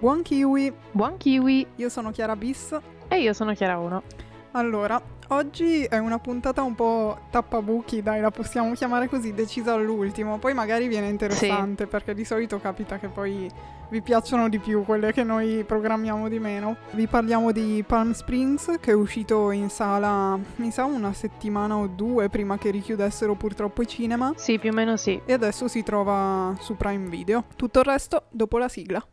Buon kiwi! Buon kiwi! Io sono Chiara Bis. E io sono Chiara 1. Allora, oggi è una puntata un po' tappabuchi, dai, la possiamo chiamare così, decisa all'ultimo. Poi magari viene interessante, perché di solito capita che poi vi piacciono di più quelle che noi programmiamo di meno. Vi parliamo di Palm Springs, che è uscito in sala, mi sa, una settimana o due prima che richiudessero purtroppo i cinema. Sì, più o meno sì. E adesso si trova su Prime Video. Tutto il resto dopo la sigla.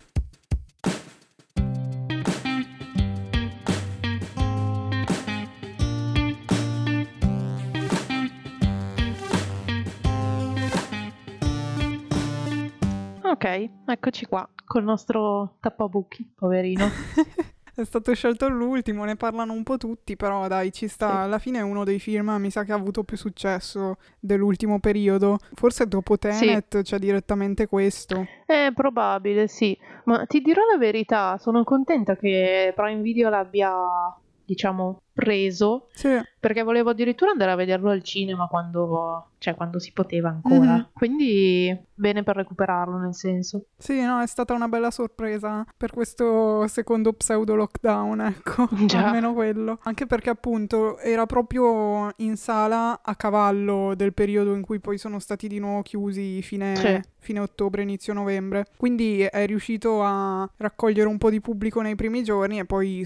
Ok, eccoci qua, col nostro tappabuchi, poverino. È stato scelto l'ultimo, ne parlano un po' tutti, però dai, ci sta. Sì. Alla fine è uno dei film, mi sa che ha avuto più successo dell'ultimo periodo. Forse dopo Tenet c'è direttamente questo. È probabile, sì. Ma ti dirò la verità, sono contenta che Prime Video l'abbia, diciamo, preso. Sì. Perché volevo addirittura andare a vederlo al cinema quando si poteva ancora. Mm-hmm. Quindi bene per recuperarlo, nel senso. Sì, no, è stata una bella sorpresa per questo secondo pseudo lockdown, ecco. Già. Almeno quello. Anche perché appunto era proprio in sala a cavallo del periodo in cui poi sono stati di nuovo chiusi fine ottobre, inizio novembre. Quindi è riuscito a raccogliere un po' di pubblico nei primi giorni e poi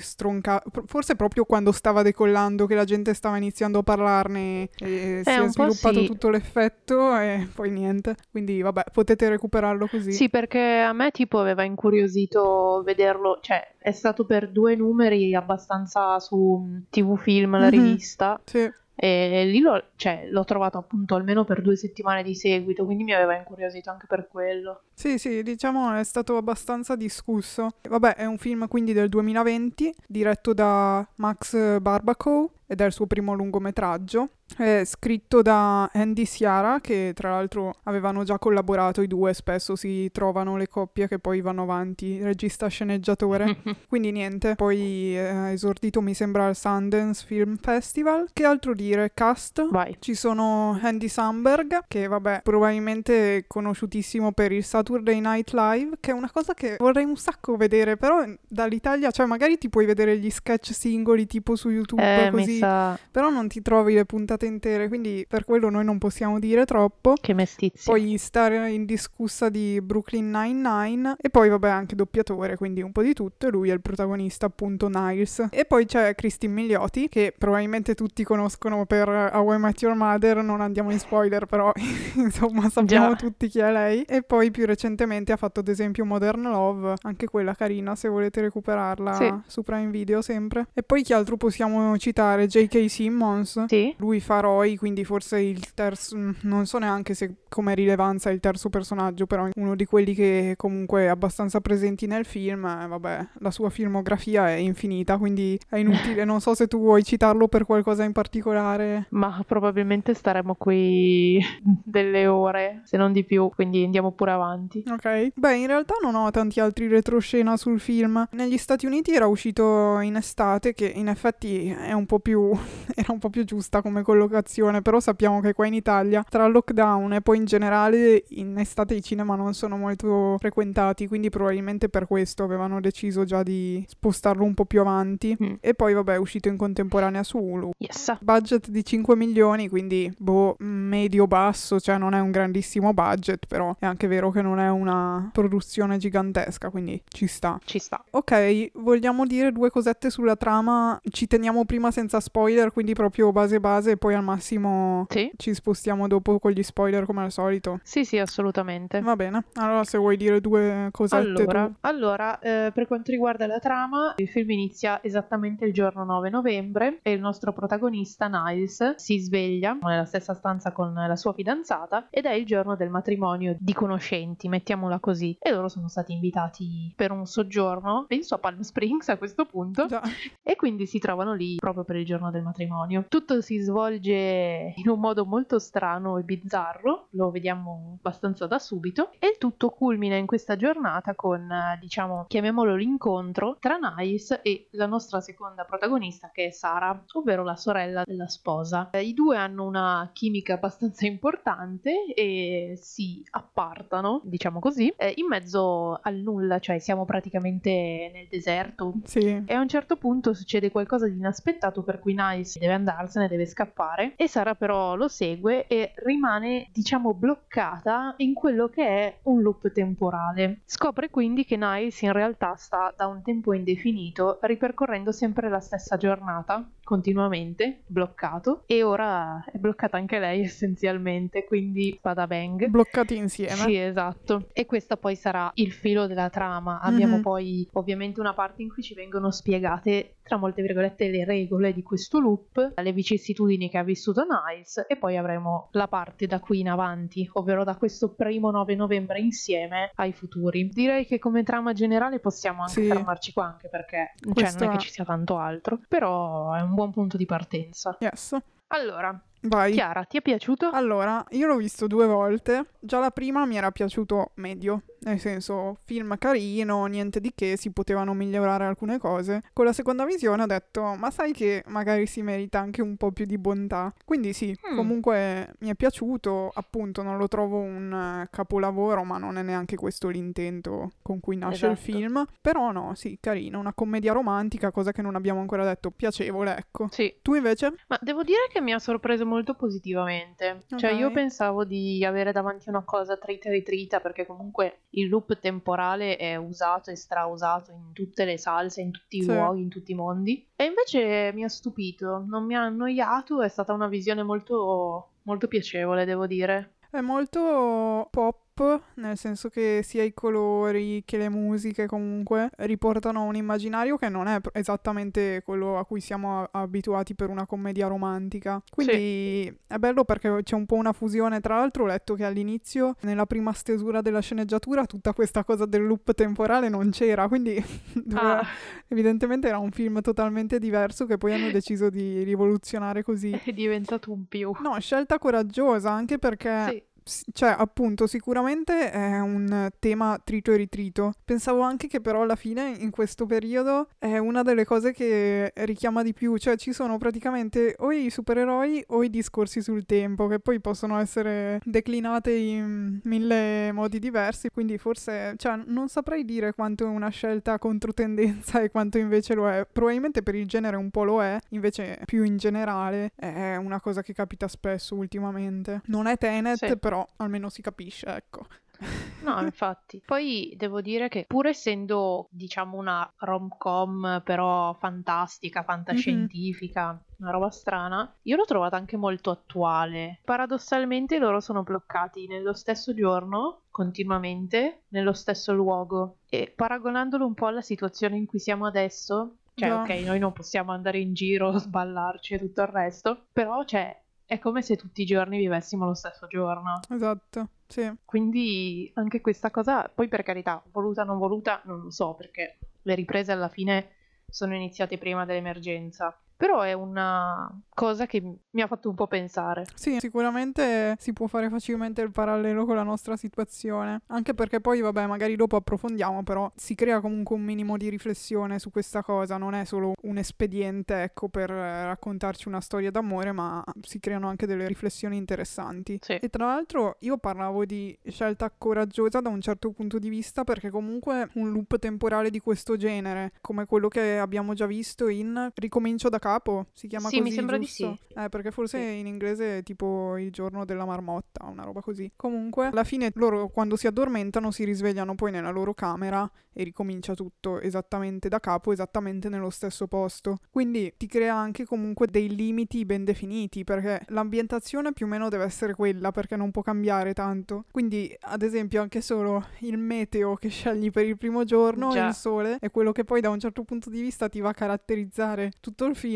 forse proprio quando stava decollando, che la gente stava iniziando a parlarne e si è sviluppato tutto l'effetto e poi niente. Quindi vabbè, potete recuperarlo così. Sì, perché a me tipo aveva incuriosito vederlo, cioè è stato per 2 numeri abbastanza su TV Film, la rivista. Sì. E lì l'ho trovato appunto almeno per 2 settimane di seguito, quindi mi aveva incuriosito anche per quello. Sì, diciamo è stato abbastanza discusso. Vabbè, è un film quindi del 2020, diretto da Max Barbakow ed è il suo primo lungometraggio. È scritto da Andy Siara, che tra l'altro avevano già collaborato i due, spesso si trovano le coppie che poi vanno avanti, regista-sceneggiatore. Quindi niente, poi è esordito mi sembra al Sundance Film Festival. Che altro dire? Cast? Vai. Ci sono Andy Samberg, che vabbè, probabilmente è conosciutissimo per il Saturday Night Live, che è una cosa che vorrei un sacco vedere, però dall'Italia, cioè magari ti puoi vedere gli sketch singoli tipo su YouTube così, però non ti trovi le puntate intere, quindi per quello noi non possiamo dire troppo. Che mestizia. Poi stare indiscussa di Brooklyn Nine-Nine e poi vabbè anche doppiatore, quindi un po' di tutto, e lui è il protagonista appunto Niles. E poi c'è Christine Milioti, che probabilmente tutti conoscono per How I Met Your Mother, non andiamo in spoiler però insomma sappiamo tutti chi è lei. E poi più recentemente ha fatto ad esempio Modern Love, anche quella carina se volete recuperarla su Prime Video sempre. E poi chi altro possiamo citare? J.K. Simmons, lui fa Roy, quindi forse il terzo, non so neanche se come rilevanza è il terzo personaggio, però uno di quelli che comunque è abbastanza presenti nel film. Vabbè, la sua filmografia è infinita, quindi è inutile. Non so se tu vuoi citarlo per qualcosa in particolare. Ma probabilmente staremo qui delle ore, se non di più, quindi andiamo pure avanti. Ok. Beh, in realtà non ho tanti altri retroscena sul film. Negli Stati Uniti era uscito in estate, che in effetti è un po' più era un po' più giusta come collocazione, però sappiamo che qua in Italia tra il lockdown e poi in generale in estate i cinema non sono molto frequentati, quindi probabilmente per questo avevano deciso già di spostarlo un po' più avanti. E poi vabbè è uscito in contemporanea su Hulu. Yes. Budget di 5 milioni, quindi medio basso, cioè non è un grandissimo budget, però è anche vero che non è una produzione gigantesca, quindi ci sta. Ok, vogliamo dire 2 cosette sulla trama? Ci teniamo prima senza spoiler, quindi proprio base e poi al massimo ci spostiamo dopo con gli spoiler come al solito. Sì, assolutamente. Va bene, allora se vuoi dire 2 cosette Allora, per quanto riguarda la trama, il film inizia esattamente il giorno 9 novembre e il nostro protagonista Niles si sveglia nella stessa stanza con la sua fidanzata ed è il giorno del matrimonio di conoscenti, mettiamola così, e loro sono stati invitati per un soggiorno, penso a Palm Springs a questo punto. Già. E quindi si trovano lì proprio per il giorno del matrimonio. Tutto si svolge svolge in un modo molto strano e bizzarro, lo vediamo abbastanza da subito, e il tutto culmina in questa giornata con, diciamo, chiamiamolo l'incontro tra Niles e la nostra seconda protagonista, che è Sara, ovvero la sorella della sposa. I due hanno una chimica abbastanza importante e si appartano, diciamo così, in mezzo al nulla, cioè siamo praticamente nel deserto. Sì. E a un certo punto succede qualcosa di inaspettato per cui Niles deve andarsene, deve scappare, e Sara però lo segue e rimane, diciamo, bloccata in quello che è un loop temporale. Scopre quindi che Niles in realtà sta da un tempo indefinito ripercorrendo sempre la stessa giornata, continuamente, bloccato, e ora è bloccata anche lei essenzialmente, quindi bada bang. Bloccati insieme. Sì, esatto. E questa poi sarà il filo della trama. Abbiamo poi ovviamente una parte in cui ci vengono spiegate, tra molte virgolette, le regole di questo loop, le vicissitudini che ha vissuto Niles, e poi avremo la parte da qui in avanti, ovvero da questo primo 9 novembre insieme ai futuri. Direi che come trama generale possiamo anche fermarci qua, anche perché cioè, non è che ci sia tanto altro, però è un buon punto di partenza. Yes. Allora, vai. Chiara, ti è piaciuto? Allora, io l'ho visto 2 volte. Già la prima mi era piaciuto medio, nel senso, film carino, niente di che, si potevano migliorare alcune cose. Con la seconda visione ho detto, ma sai che magari si merita anche un po' più di bontà. Quindi sì, comunque mi è piaciuto, appunto non lo trovo un capolavoro, ma non è neanche questo l'intento con cui nasce il film. Però no, sì, carino, una commedia romantica, cosa che non abbiamo ancora detto, piacevole, ecco. Sì. Tu invece? Ma devo dire che mi ha sorpreso molto positivamente. Cioè io pensavo di avere davanti una cosa trita e ritrita, perché comunque il loop temporale è usato e strausato in tutte le salse, in tutti i luoghi, in tutti i mondi. E invece mi ha stupito, non mi ha annoiato, è stata una visione molto, molto piacevole, devo dire. È molto pop, nel senso che sia i colori che le musiche comunque riportano un immaginario che non è esattamente quello a cui siamo abituati per una commedia romantica. Quindi è bello perché c'è un po' una fusione. Tra l'altro ho letto che all'inizio, nella prima stesura della sceneggiatura, tutta questa cosa del loop temporale non c'era, quindi evidentemente era un film totalmente diverso che poi hanno deciso di rivoluzionare così. È diventato un più. No, scelta coraggiosa, anche perché cioè, appunto, sicuramente è un tema trito e ritrito. Pensavo anche che però alla fine, in questo periodo, è una delle cose che richiama di più. Cioè, ci sono praticamente o i supereroi o i discorsi sul tempo, che poi possono essere declinate in 1000 modi diversi. Quindi forse, cioè, non saprei dire quanto è una scelta controtendenza e quanto invece lo è. Probabilmente per il genere un po' lo è, invece più in generale è una cosa che capita spesso ultimamente. Non è Tenet, però almeno si capisce, ecco. No, infatti. Poi devo dire che pur essendo, diciamo, una rom-com però fantastica, fantascientifica, una roba strana, io l'ho trovata anche molto attuale. Paradossalmente loro sono bloccati nello stesso giorno, continuamente, nello stesso luogo, e paragonandolo un po' alla situazione in cui siamo adesso, cioè ok, noi non possiamo andare in giro, sballarci e tutto il resto, però è come se tutti i giorni vivessimo lo stesso giorno. Esatto, sì. Quindi anche questa cosa, poi per carità, voluta o non voluta, non lo so, perché le riprese alla fine sono iniziate prima dell'emergenza. Però è una cosa che mi ha fatto un po' pensare. Sì, sicuramente si può fare facilmente il parallelo con la nostra situazione, anche perché poi, vabbè, magari dopo approfondiamo, però si crea comunque un minimo di riflessione su questa cosa, non è solo un espediente, ecco, per raccontarci una storia d'amore, ma si creano anche delle riflessioni interessanti. Sì. E tra l'altro io parlavo di scelta coraggiosa da un certo punto di vista, perché comunque un loop temporale di questo genere, come quello che abbiamo già visto in Ricomincio da capo, si chiama così, mi sembra giusto? di sì. Perché forse in inglese è tipo il giorno della marmotta, una roba così. Comunque, alla fine loro quando si addormentano si risvegliano poi nella loro camera e ricomincia tutto esattamente da capo, esattamente nello stesso posto. Quindi ti crea anche comunque dei limiti ben definiti, perché l'ambientazione più o meno deve essere quella, perché non può cambiare tanto. Quindi, ad esempio, anche solo il meteo che scegli per il primo giorno, il sole, è quello che poi da un certo punto di vista ti va a caratterizzare tutto il film,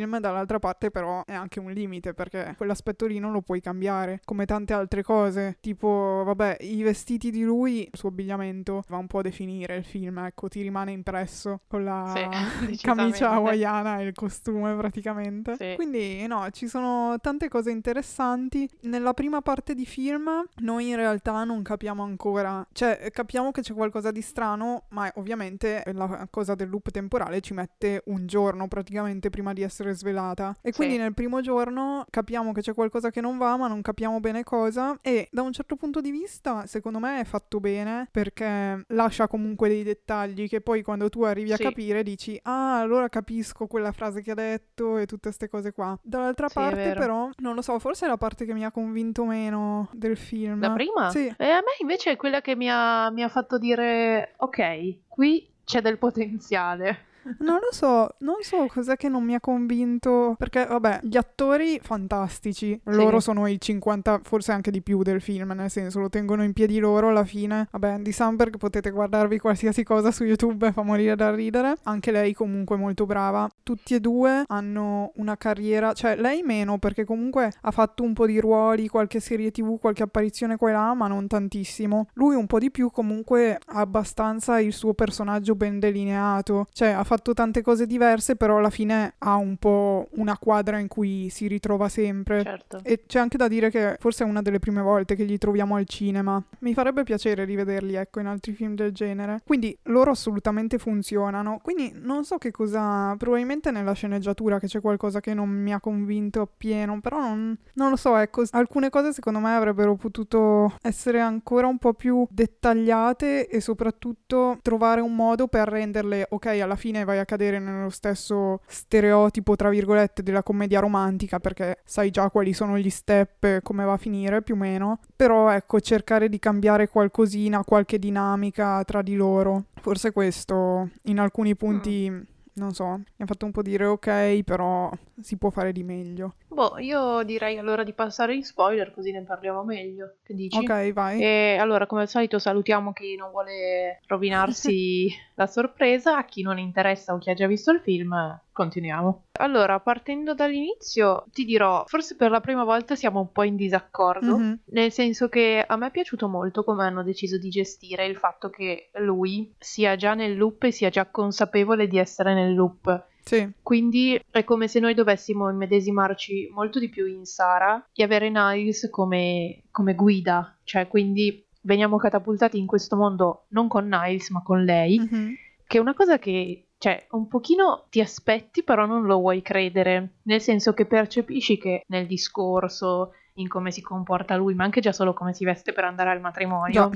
film, dall'altra parte però è anche un limite, perché quell'aspetto lì non lo puoi cambiare, come tante altre cose, tipo, vabbè, i vestiti di lui, il suo abbigliamento va un po' a definire il film, ecco, ti rimane impresso con Sì, la camicia decisamente. hawaiana e il costume praticamente. Sì. Quindi no, ci sono tante cose interessanti. Nella prima parte di film noi in realtà non capiamo ancora, cioè capiamo che c'è qualcosa di strano, ma ovviamente la cosa del loop temporale ci mette un giorno praticamente prima di essere svelata. E quindi Sì. nel primo giorno capiamo che c'è qualcosa che non va, ma non capiamo bene cosa. E da un certo punto di vista, secondo me è fatto bene, perché lascia comunque dei dettagli che poi quando tu arrivi a Sì. capire dici: ah, allora capisco quella frase che ha detto e tutte queste cose qua. Dall'altra Sì, è parte vero. però, non lo so, forse è la parte che mi ha convinto meno del film. La prima? Sì. A me invece è quella che mi ha fatto dire, ok, qui c'è del potenziale. Non lo so, non so cos'è che non mi ha convinto, perché vabbè, gli attori fantastici, loro Sì. sono i 50, forse anche di più del film, nel senso lo tengono in piedi loro alla fine. Vabbè, Andy Samberg potete guardarvi qualsiasi cosa su YouTube e fa morire da ridere, anche lei comunque molto brava. Tutti e due hanno una carriera, cioè lei meno perché comunque ha fatto un po' di ruoli, qualche serie TV, qualche apparizione qua e là, ma non tantissimo. Lui un po' di più, comunque ha abbastanza il suo personaggio ben delineato, cioè ha fatto tante cose diverse, però alla fine ha un po' una quadra in cui si ritrova sempre. Certo. E c'è anche da dire che forse è una delle prime volte che li troviamo al cinema. Mi farebbe piacere rivederli, ecco, in altri film del genere. Quindi loro assolutamente funzionano. Quindi non so che cosa, probabilmente nella sceneggiatura che c'è qualcosa che non mi ha convinto appieno, però non lo so, ecco, alcune cose secondo me avrebbero potuto essere ancora un po' più dettagliate e soprattutto trovare un modo per renderle, ok, alla fine vai a cadere nello stesso stereotipo, tra virgolette, della commedia romantica, perché sai già quali sono gli step, come va a finire più o meno, però ecco, cercare di cambiare qualcosina, qualche dinamica tra di loro. Forse questo in alcuni punti, non so, mi ha fatto un po' dire ok, però si può fare di meglio. Boh, io direi allora di passare in spoiler così ne parliamo meglio. Che dici? Ok, vai. E allora, come al solito, salutiamo chi non vuole rovinarsi la sorpresa, a chi non interessa o chi ha già visto il film, continuiamo. Allora, partendo dall'inizio, ti dirò, forse per la prima volta siamo un po' in disaccordo, Mhm. nel senso che a me è piaciuto molto come hanno deciso di gestire il fatto che lui sia già nel loop e sia già consapevole di essere nel loop. Sì. Quindi è come se noi dovessimo immedesimarci molto di più in Sara e avere Niles come guida, cioè quindi veniamo catapultati in questo mondo non con Niles ma con lei, Mhm. che è una cosa che, cioè, un pochino ti aspetti però non lo vuoi credere, nel senso che percepisci che nel discorso, in come si comporta lui, ma anche già solo come si veste per andare al Già. matrimonio,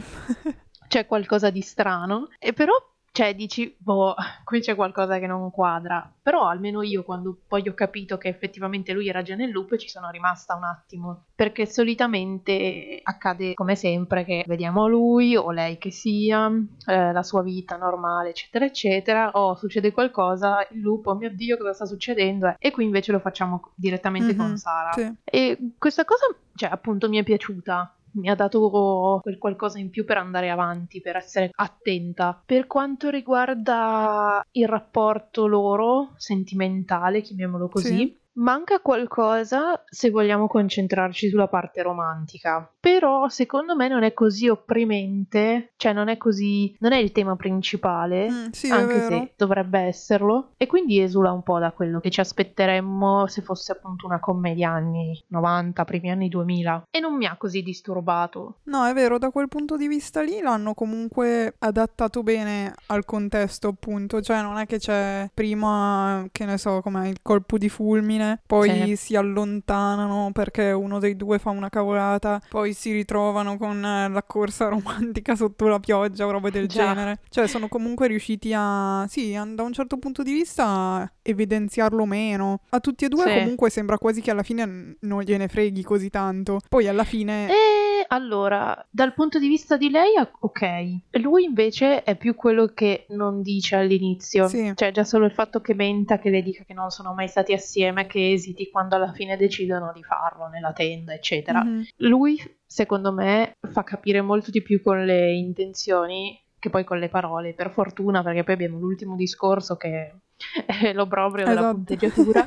c'è qualcosa di strano, e però, cioè, dici, boh, qui c'è qualcosa che non quadra. Però almeno io, quando poi ho capito che effettivamente lui era già nel loop, ci sono rimasta un attimo. Perché solitamente accade come sempre che vediamo lui o lei che sia, la sua vita normale, eccetera, eccetera. Oh, succede qualcosa, il loop, oh mio Dio, cosa sta succedendo? E qui invece lo facciamo direttamente con Mhm. Sara. Sì. E questa cosa, cioè, appunto, mi è piaciuta. Mi ha dato quel qualcosa in più per andare avanti, per essere attenta. Per quanto riguarda il rapporto loro, sentimentale, chiamiamolo così, Sì. manca qualcosa se vogliamo concentrarci sulla parte romantica. Però secondo me non è così opprimente, cioè non è il tema principale, Sì, è anche vero. se dovrebbe esserlo, e quindi esula un po' da quello che ci aspetteremmo se fosse appunto una commedia anni 90, primi anni 2000, e non mi ha così disturbato. No, è vero, da quel punto di vista lì l'hanno comunque adattato bene al contesto, appunto. Cioè, non è che c'è prima, che ne so, come il colpo di fulmine, poi Sì. si allontanano perché uno dei due fa una cavolata, poi si ritrovano con la corsa romantica sotto la pioggia o robe del Già. genere. Cioè, sono comunque riusciti a, sì, da un certo punto di vista a evidenziarlo meno. A tutti e due Sì. comunque sembra quasi che alla fine non gliene freghi così tanto. Poi alla fine... E allora, dal punto di vista di lei, ok. Lui invece è più quello che non dice all'inizio. Sì. Cioè, già solo il fatto che menta, che le dica che non sono mai stati assieme, che esiti quando alla fine decidono di farlo nella tenda, eccetera. Mhm. Lui, secondo me, fa capire molto di più con le intenzioni che poi con le parole, per fortuna, perché poi abbiamo l'ultimo discorso che è l'obbrobrio della Esatto. punteggiatura.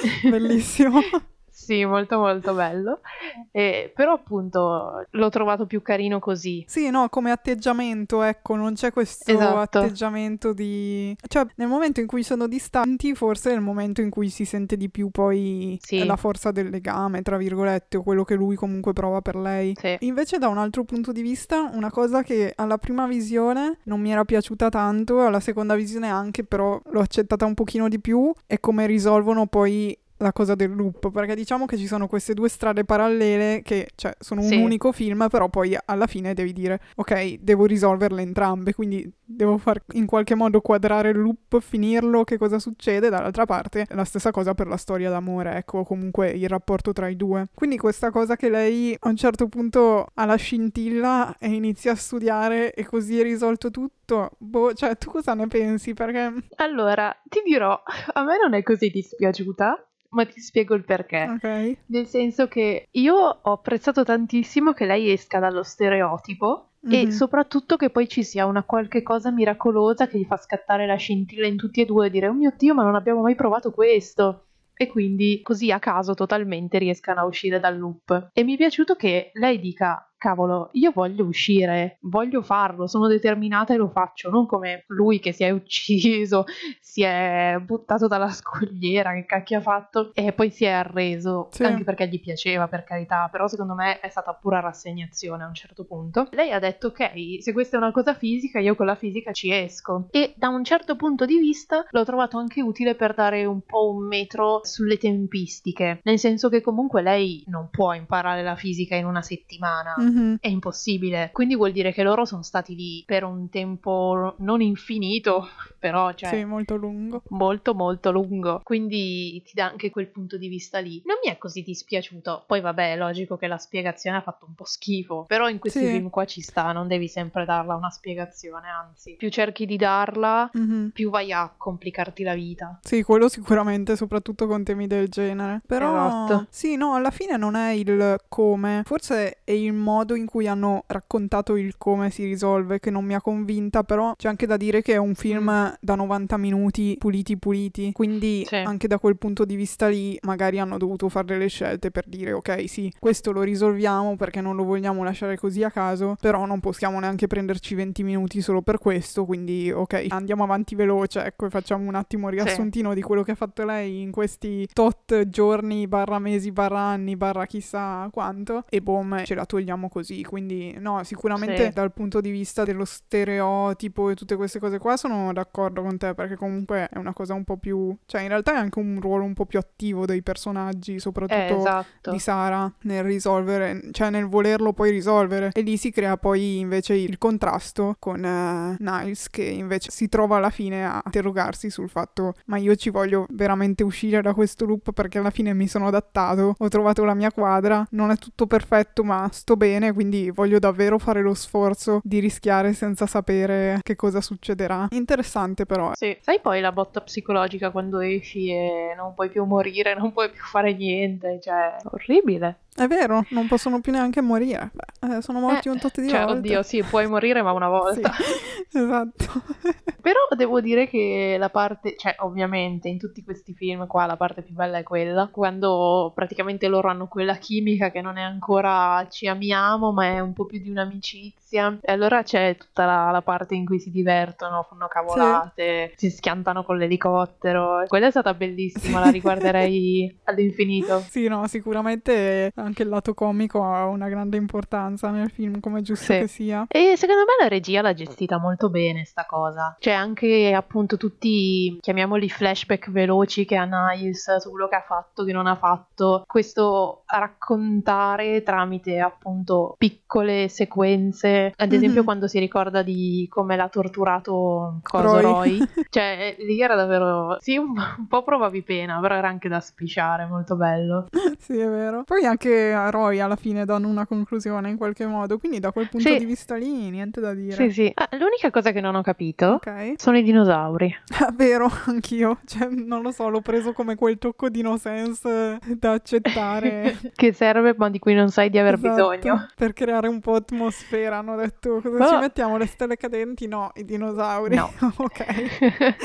Bellissimo. Sì, molto molto bello. Però appunto l'ho trovato più carino così. Sì, no, come atteggiamento, ecco, non c'è questo Esatto. atteggiamento di... Cioè, nel momento in cui sono distanti, forse è il momento in cui si sente di più poi Sì, la forza del legame, tra virgolette, o quello che lui comunque prova per lei. sì. Invece, da un altro punto di vista, una cosa che alla prima visione non mi era piaciuta tanto, alla seconda visione anche, però l'ho accettata un pochino di più, è come risolvono poi la cosa del loop, perché diciamo che ci sono queste due strade parallele che, cioè, sono un Sì. unico film, però poi alla fine devi dire, ok, devo risolverle entrambe, quindi devo far in qualche modo quadrare il loop, finirlo, che cosa succede, dall'altra parte la stessa cosa per la storia d'amore, ecco, comunque il rapporto tra i due. Quindi questa cosa che lei a un certo punto ha la scintilla e inizia a studiare e così è risolto tutto, boh, cioè, tu cosa ne pensi? Perché... Allora, ti dirò, a me non è così dispiaciuta, ma ti spiego il perché. Ok. Nel senso che io ho apprezzato tantissimo che lei esca dallo stereotipo e Mhm. soprattutto che poi ci sia una qualche cosa miracolosa che gli fa scattare la scintilla in tutti e due e dire oh mio Dio, ma non abbiamo mai provato questo. E quindi così a caso totalmente riescano a uscire dal loop. E mi è piaciuto che lei dica cavolo, io voglio uscire, voglio farlo, sono determinata e lo faccio, non come lui che si è ucciso, si è buttato dalla scogliera, che cacchio ha fatto, e poi si è arreso, Sì. anche perché gli piaceva, per carità, però secondo me è stata pura rassegnazione a un certo punto. Lei ha detto ok, se questa è una cosa fisica, io con la fisica ci esco. E da un certo punto di vista l'ho trovato anche utile per dare un po' un metro sulle tempistiche, nel senso che comunque lei non può imparare la fisica in una settimana. Mhm. È impossibile, quindi vuol dire che loro sono stati lì per un tempo non infinito, però cioè Sì, molto lungo. molto molto lungo, quindi ti dà anche quel punto di vista lì. Non mi è così dispiaciuto, poi vabbè è logico che la spiegazione ha fatto un po' schifo, però in questi Sì. film qua ci sta, non devi sempre darla una spiegazione, anzi più cerchi di darla Mhm. più vai a complicarti la vita. Sì, quello sicuramente, soprattutto con temi del genere. Però, Esatto. sì, no, alla fine non è il come, forse è il modo in cui hanno raccontato il come si risolve che non mi ha convinta, però c'è anche da dire che è un film da 90 minuti puliti puliti, quindi Sì. anche da quel punto di vista lì magari hanno dovuto fare delle scelte per dire ok, sì, questo lo risolviamo perché non lo vogliamo lasciare così a caso, però non possiamo neanche prenderci 20 minuti solo per questo, quindi ok, andiamo avanti veloce, ecco, e facciamo un attimo un riassuntino di quello che ha fatto lei in questi tot giorni barra mesi barra anni barra chissà quanto e boom, ce la togliamo così. Quindi no, sicuramente Sì. dal punto di vista dello stereotipo e tutte queste cose qua sono d'accordo con te, perché comunque è una cosa un po' più, cioè in realtà è anche un ruolo un po' più attivo dei personaggi, soprattutto Esatto. di Sara, nel risolvere, cioè nel volerlo poi risolvere. E lì si crea poi invece il contrasto con Niles, che invece si trova alla fine a interrogarsi sul fatto ma io ci voglio veramente uscire da questo loop perché alla fine mi sono adattato, ho trovato la mia quadra, non è tutto perfetto ma sto bene, quindi voglio davvero fare lo sforzo di rischiare senza sapere che cosa succederà. Interessante però. Sì. Sai poi la botta psicologica quando esci e non puoi più morire, non puoi più fare niente, cioè orribile. È vero, non possono più neanche morire. Beh, sono morti un tot di Cioè, volte. oddio, sì, puoi morire ma una Sì, volta. esatto. Però devo dire che la parte, cioè ovviamente in tutti questi film qua la parte più bella è quella, quando praticamente loro hanno quella chimica che non è ancora ci amiamo, ma è un po' più di un'amicizia. E allora c'è tutta la parte in cui si divertono, fanno Sì. cavolate, si schiantano con l'elicottero. Quella è stata bellissima, la riguarderei all'infinito. Sì, no, sicuramente anche il lato comico ha una grande importanza nel film, come è giusto Sì. che sia. E secondo me la regia l'ha gestita molto bene sta cosa. Cioè anche appunto tutti, chiamiamoli flashback veloci che ha Niles su quello che ha fatto, che non ha fatto. Questo raccontare tramite appunto piccole sequenze. Ad esempio quando si ricorda di come l'ha torturato Roy. Cioè lì era davvero, sì, un po' pena, però era anche da spiciare, molto bello. Sì, è vero. Poi anche a Roy alla fine danno una conclusione in qualche modo, quindi da quel punto Sì. di vista lì niente da dire. Sì, sì. Ah, l'unica cosa che non ho capito Ok. sono i dinosauri. Vero, anch'io. Cioè, non lo so, l'ho preso come quel tocco di no sense da accettare. Che serve ma di cui non sai di aver Esatto, bisogno. per creare un po' atmosfera. Hanno detto cosa ci mettiamo? Le stelle cadenti? No, i dinosauri. No. Ok.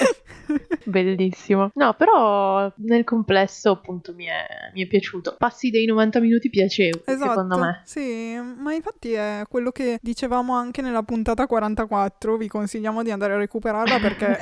Bellissimo. No, però nel complesso appunto mi è piaciuto. Passi dei 90 minuti piacevoli, secondo me. Sì, ma infatti è quello che dicevamo anche nella puntata 44, vi consigliamo di andare a recuperarla perché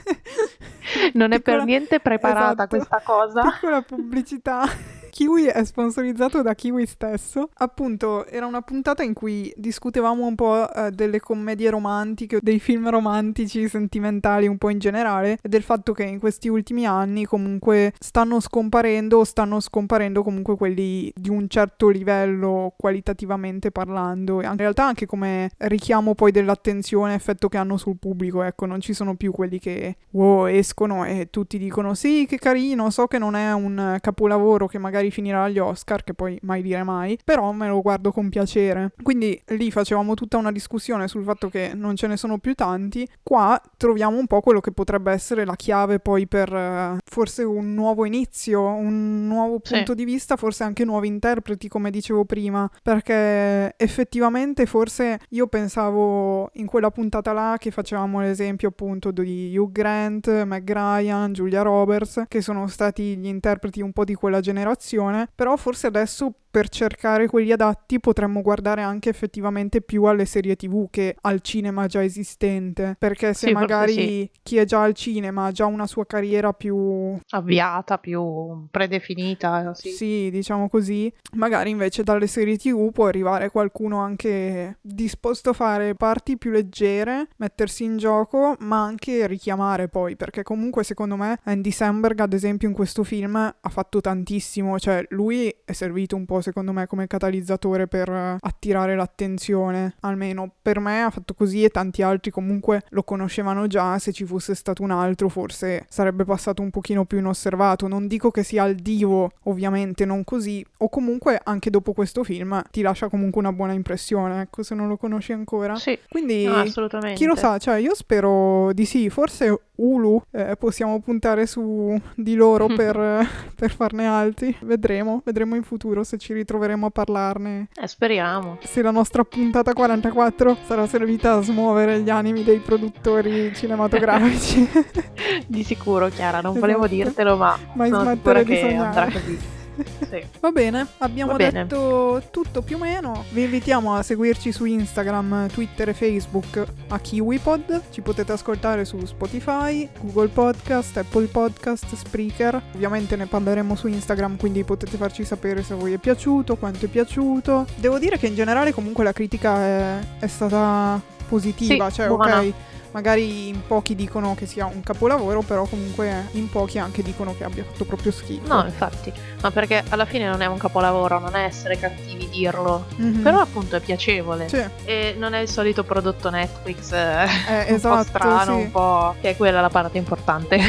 Non è per niente preparata esatto, questa cosa. piccola pubblicità. Kiwi è sponsorizzato da Kiwi stesso. Appunto, era una puntata in cui discutevamo un po' delle commedie romantiche, dei film romantici, sentimentali un po' in generale, e del fatto che in questi ultimi anni comunque stanno scomparendo comunque quelli di un certo livello qualitativamente parlando, e in realtà anche come richiamo poi dell'attenzione, effetto che hanno sul pubblico, ecco, non ci sono più quelli che escono e tutti dicono sì, che carino, so che non è un capolavoro che magari finirà agli Oscar, che poi mai dire mai, però me lo guardo con piacere. Quindi lì facevamo tutta una discussione sul fatto che non ce ne sono più tanti. Qua troviamo un po' quello che potrebbe essere la chiave poi per forse un nuovo inizio, un nuovo punto di vista, forse anche nuovi interpreti, come dicevo prima, perché effettivamente forse io pensavo in quella puntata là che facevamo l'esempio appunto di Hugh Grant, Meg Ryan, Julia Roberts, che sono stati gli interpreti un po' di quella generazione, però forse adesso per cercare quelli adatti potremmo guardare anche effettivamente più alle serie TV che al cinema già esistente, perché se magari chi è già al cinema ha già una sua carriera più avviata, più predefinita, sì, diciamo così, magari invece dalle serie TV può arrivare qualcuno anche disposto a fare parti più leggere, mettersi in gioco, ma anche richiamare poi, perché comunque secondo me Andy Samberg ad esempio in questo film ha fatto tantissimo, cioè lui è servito un po' secondo me come catalizzatore per attirare l'attenzione, almeno per me ha fatto così, e tanti altri comunque lo conoscevano già. Se ci fosse stato un altro forse sarebbe passato un pochino più inosservato, non dico che sia il divo, ovviamente non così, o comunque anche dopo questo film ti lascia comunque una buona impressione, ecco, se non lo conosci ancora. Sì, quindi no, assolutamente. Chi lo sa, cioè io spero di sì, forse Hulu possiamo puntare su di loro per farne altri, vedremo in futuro se ci ritroveremo a parlarne. Speriamo. Se la nostra puntata 44 sarà servita a smuovere gli animi dei produttori cinematografici. Di sicuro, Chiara, non volevo dirtelo, ma mai sono smettere sicura di che sognare. andrà così. Sì. Va bene, abbiamo detto tutto più o meno. Vi invitiamo a seguirci su Instagram, Twitter e Facebook a KiwiPod. Ci potete ascoltare su Spotify, Google Podcast, Apple Podcast, Spreaker. Ovviamente ne parleremo su Instagram, quindi potete farci sapere se a voi è piaciuto, quanto è piaciuto. Devo dire che in generale comunque la critica è stata positiva, sì, cioè buona. Ok, magari in pochi dicono che sia un capolavoro, però comunque in pochi anche dicono che abbia fatto proprio schifo. No, infatti, ma perché alla fine non è un capolavoro, non è essere cattivi dirlo, però appunto è piacevole. Sì. E non è il solito prodotto Netflix esatto, un po' strano, sì. un po', che è quella la parte importante.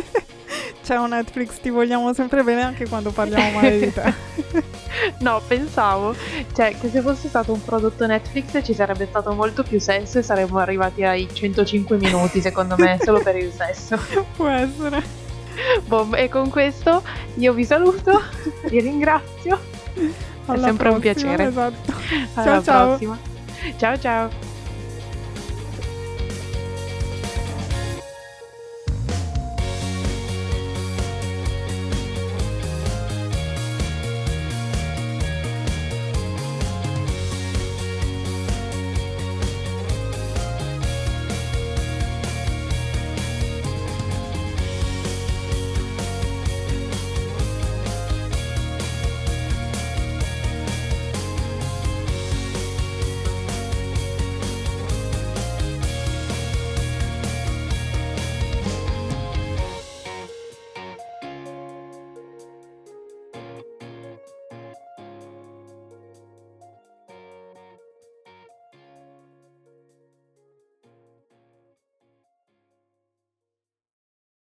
Ciao Netflix, ti vogliamo sempre bene anche quando parliamo male di te. No, pensavo, cioè, che se fosse stato un prodotto Netflix ci sarebbe stato molto più senso e saremmo arrivati ai 105 minuti, secondo me, solo per il sesso. Può essere. E con questo io vi saluto, vi ringrazio. Alla è sempre prossima, un piacere. Esatto. Alla ciao. prossima. Ciao ciao.